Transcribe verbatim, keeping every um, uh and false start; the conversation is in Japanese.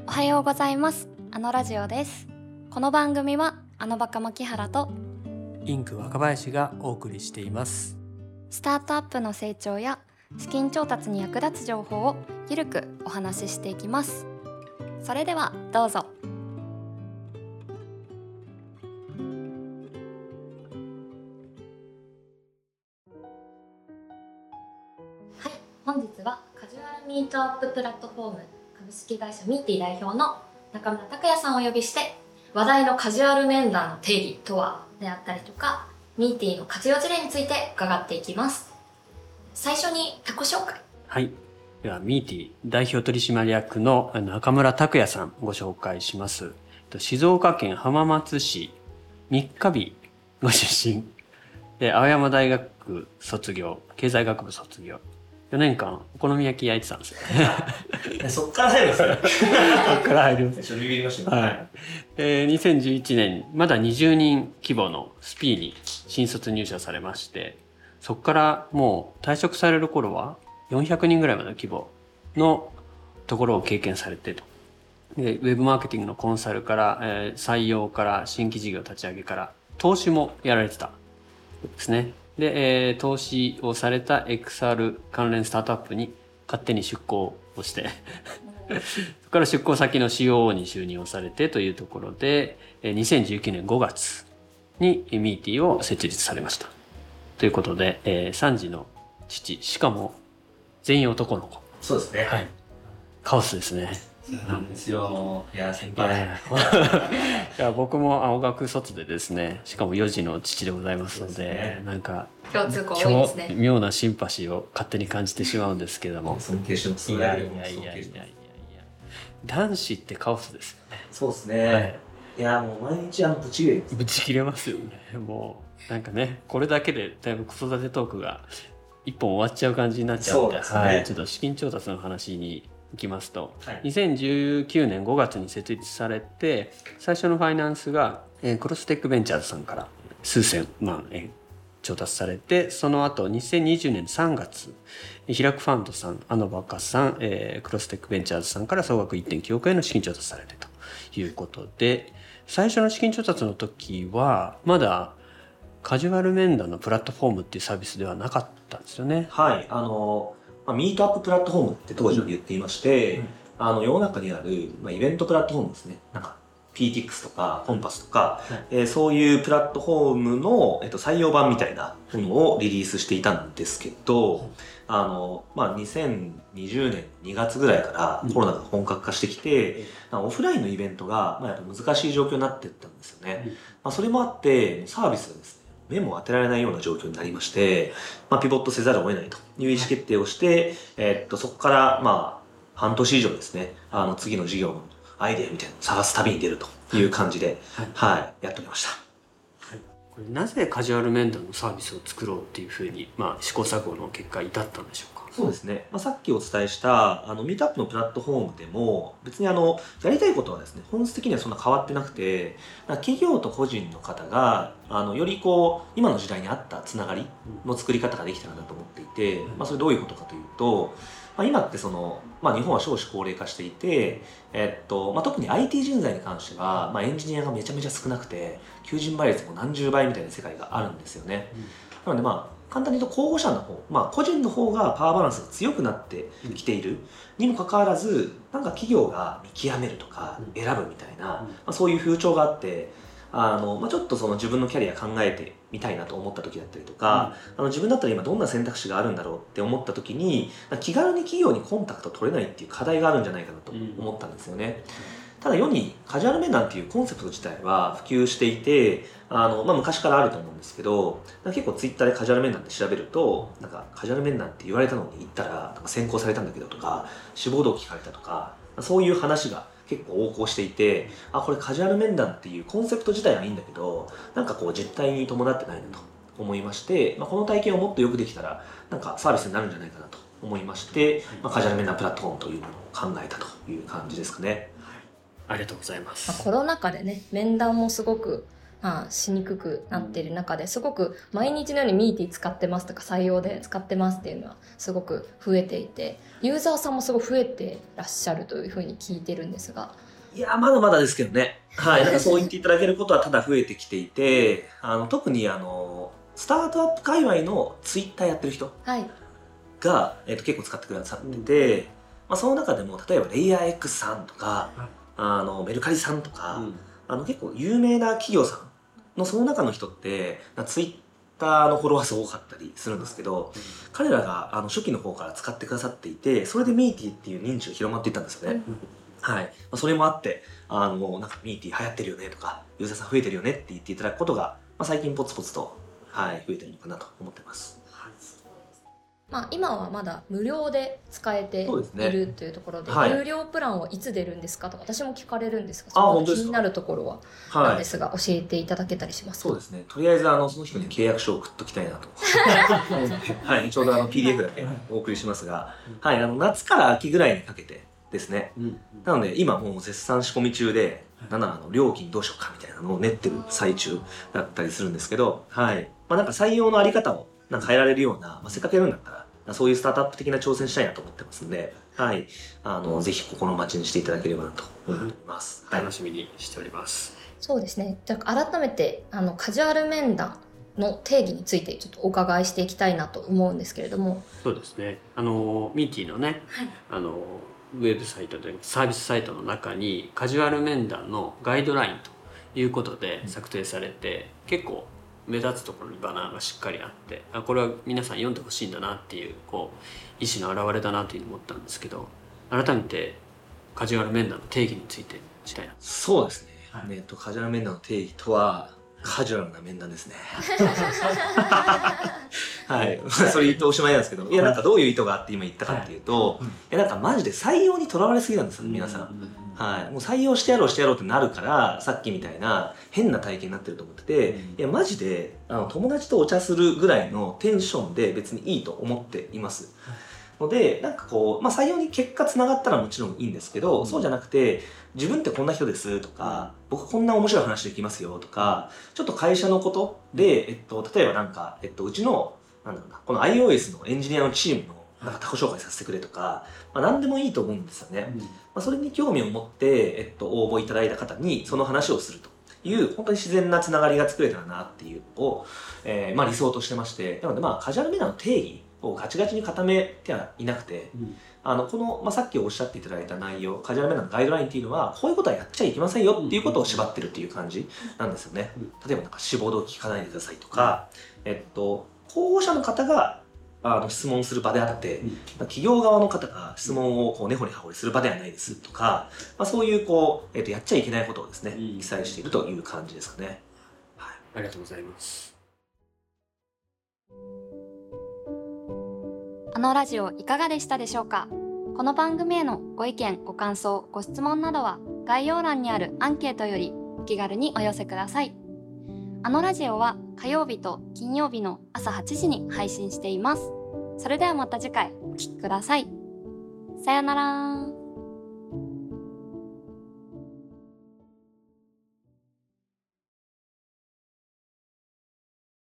おはようございます。あのラジオです。この番組はあのバカ牧原とインク若林がお送りしています。 スタートアップの成長や資金調達に役立つ情報をゆるくお話ししていきます。それではどうぞ。はい、本日はカジュアルミートアッププラットフォーム株式会社ミーティ代表の中村拓也さんをお呼びして、話題のカジュアル面談の定義とはであったりとか、ミーティの活用事例について伺っていきます。最初に他己紹介。 はい、ではミーティ代表取締役の中村拓也さんご紹介します。静岡県浜松市三日日ご出身で、青山大学卒業、経済学部卒業、よねんかんお好み焼き焼いてたんですよねそっから入るんですねそっから入るんです。 ちょっとビビりましたね。 はい。えー、にせんじゅういちねんまだにじゅうにん規模のスピーに新卒入社されまして、そこからもう退職される頃はよんひゃくにんぐらいまでの規模のところを経験されてと。で、ウェブマーケティングのコンサルから、えー、採用から新規事業立ち上げから投資もやられてたですね。で、えー、投資をされた エックスアール 関連スタートアップに勝手に出向をしてそこから出向先の シーオーオー に就任をされてというところで、にせんじゅうきゅうねんごがつにミーティを設立されましたということで、えー、さん児の父、しかも全員男の子。 そうですね。 はい。カオスですね。 なんですよ。いや、先輩。 いや僕も青学卒でですね、しかもよ児の父でございますので、 ね、 なんか共通項多いですね。 妙なシンパシーを勝手に感じてしまうんですけども。 尊敬してます。 いやいやいやいやいやいや。男子ってカオスですよね。 そうですね。はい、いやもう毎日あのブチ切れです。 ブチ切れますよね。もうなんかね、これだけでだいぶ子育てトークが一本終わっちゃう感じになっちゃうんで、 そうですね。 はい、ちょっと資金調達の話にいきますと、 はい、 にせんじゅうきゅうねんごがつに設立されて、最初のファイナンスが、えー、クロステックベンチャーズさんから数千万円調達されて、その後にせんにじゅうねんさんがつ開くファンドさん、あのバカさん、えー、クロステックベンチャーズさんから総額 いってんきゅうおくえんの資金調達されてということで、最初の資金調達の時はまだカジュアル面談のプラットフォームっていうサービスではなかったんですよね。 はい、あのまあ、ミートアッププラットフォームって当時は言っていまして、うん、あの世の中にある、まあ、イベントプラットフォームですね。なんか ピーティーエックス とかコンパスとか、うん、えー、そういうプラットフォームの、えっと、採用版みたいなものをリリースしていたんですけど、うん、あのまあ、にせんにじゅうねんにがつぐらいからコロナが本格化してきて、うん、オフラインのイベントが、まあ、やっぱ難しい状況になっていったんですよね。うん、まあ、それもあってサービスがですね、目も当てられないような状況になりまして、まあ、ピボットせざるを得ないという意思決定をして、えー、っとそこからまあ半年以上ですね、あの次の事業のアイデアみたいなのを探す旅に出るという感じで、はいはい、やっておりました。 はい、これなぜカジュアル面談のサービスを作ろうっていうふうに、まあ、試行錯誤の結果至ったんでしょうか。 そうですね、まあ、さっきお伝えしたあのミートアップのプラットフォームでも別にあのやりたいことはですね、本質的にはそんな変わってなくて、企業と個人の方があのよりこう今の時代に合ったつながりの作り方ができたらなと思っていて、まあ、それどういうことかというと、まあ、今ってその、まあ、日本は少子高齢化していて、えっとまあ、特に アイティー 人材に関しては、まあ、エンジニアがめちゃめちゃ少なくて求人倍率も何十倍みたいな世界があるんですよね。なのでまあ簡単に言うと候補者の方、まあ、個人の方がパワーバランスが強くなってきているにもかかわらず、なんか企業が見極めるとか選ぶみたいな、まあ、そういう風潮があって、あの、まあ、ちょっとその自分のキャリア考えてみたいなと思った時だったりとか、うん、あの自分だったら今どんな選択肢があるんだろうって思った時に、気軽に企業にコンタクト取れないっていう課題があるんじゃないかなと思ったんですよね。ただ世にカジュアル面談っていうコンセプト自体は普及していて、あの、まあ、昔からあると思うんですけど、結構ツイッターでカジュアル面談って調べると、なんかカジュアル面談って言われたのに行ったらなんか選考されたんだけどとか、志望動機聞かれたとか、そういう話が結構横行していて、あ、これカジュアル面談っていうコンセプト自体はいいんだけど、なんかこう実態に伴ってないなと思いまして、まあ、この体験をもっとよくできたらなんかサービスになるんじゃないかなと思いまして、まあ、カジュアル面談プラットフォームというものを考えたという感じですかね。 ありがとうございます。 コロナ禍でね、面談もすごくまあ、しにくくなっている中ですごく毎日のようにミーティー使ってますとか採用で使ってますっていうのはすごく増えていて、ユーザーさんもすごい増えてらっしゃるというふうに聞いてるんですが。 いやまだまだですけどね、はい、なんかそう言っていただけることはただ増えてきていてあの特にあのスタートアップ界隈のツイッターやってる人が、はい、えー、と結構使ってくださってて、うん、まあ、その中でも例えばレイヤー X さんとか、うん、あのメルカリさんとか、うん、あの結構有名な企業さんのその中の人ってツイッターのフォロワー数多かったりするんですけど、うん、彼らがあの初期の方から使ってくださっていて、それでミーティーっていう認知が広まっていったんですよね、うん、はい、まあ、それもあってあのなんかミーティー流行ってるよねとかユーザーさん増えてるよねって言っていただくことが、まあ、最近ポツポツと、はい、増えてるのかなと思ってます。 まあ、今はまだ無料で使えているというところで、 はい、 有料プランはいつ出るんですかとか私も聞かれるんですが、その気になるところはなんですが、はい、教えていただけたりしますか？ そうですね、とりあえずあのその人に契約書を送っときたいなとはい、ちょうどあの ピーディーエフ だけお送りしますが、はい、あの夏から秋ぐらいにかけてですね、うん、なので今もう絶賛仕込み中で、なんならあの料金どうしようかみたいなのを練ってる最中だったりするんですけど、はい、まあ、なんか採用のあり方をなんか変えられるような、まあ、せっかくやるんだったらそういうスタートアップ的な挑戦したいなと思ってますんで、はい、あのぜひ心待ちにしていただければなと思っております、 うん、楽しみにしております。 そうですね、じゃあ改めてあのカジュアル面談の定義についてちょっとお伺いしていきたいなと思うんですけれども。 そうですね、あのミーティーのね、はい、あのウェブサイトでサービスサイトの中にカジュアル面談のガイドラインということで策定されて、結構目立つところにバナーがしっかりあって、あ、これは皆さん読んでほしいんだなっていう、こう意思の表れだなというふうに思ったんですけど、改めてカジュアル面談の定義についてしたいな。 そうですね、はい、えっとカジュアル面談の定義とはカジュアルな面談ですねはい、それ言っておしまいなんですけど、いやなんかどういう意図があって今言ったかっていうと、はい、いやなんかマジで採用にとらわれすぎなんですよ皆さん、はい、もう採用してやろうしてやろうってなるから、さっきみたいな変な体験になってると思ってて、いやマジであの友達とお茶するぐらいのテンションで別にいいと思っていますので、なんかこう、まあ、採用に結果つながったらもちろんいいんですけど、そうじゃなくて自分ってこんな人ですとか、僕こんな面白い話できますよとか、ちょっと会社のことで、えっと、例えばなんか、えっと、うちのなんだろうな、この iOS のエンジニアのチームのなんか他己紹介させてくれとか、まあ、何でもいいと思うんですよね、うん、まあ、それに興味を持って、えっと、応募いただいた方にその話をするという本当に自然なつながりが作れたらなっていうのを、えーまあ、理想としてまして、なのでまあカジュアル面談の定義をガチガチに固めてはいなくて、うん、あのこの、まあ、さっきおっしゃっていただいた内容、カジュアル面談のガイドラインっていうのはこういうことはやっちゃいけませんよっていうことを縛ってるっていう感じなんですよね、うん、例えばなんか志望動機聞かないでくださいとか、うん、えっと候補者の方があの質問する場であって、うん、企業側の方が質問をこう根掘り葉掘りする場ではないですとか、まあ、そういうこう、えっと、やっちゃいけないことをですね、うん、記載しているという感じですかね、 はい、ありがとうございます。 あのラジオいかがでしたでしょうか。この番組へのご意見ご感想ご質問などは概要欄にあるアンケートよりお気軽にお寄せください。あのラジオは火曜日と金曜日の朝はちじに配信しています。それではまた次回お聞きください。さよなら。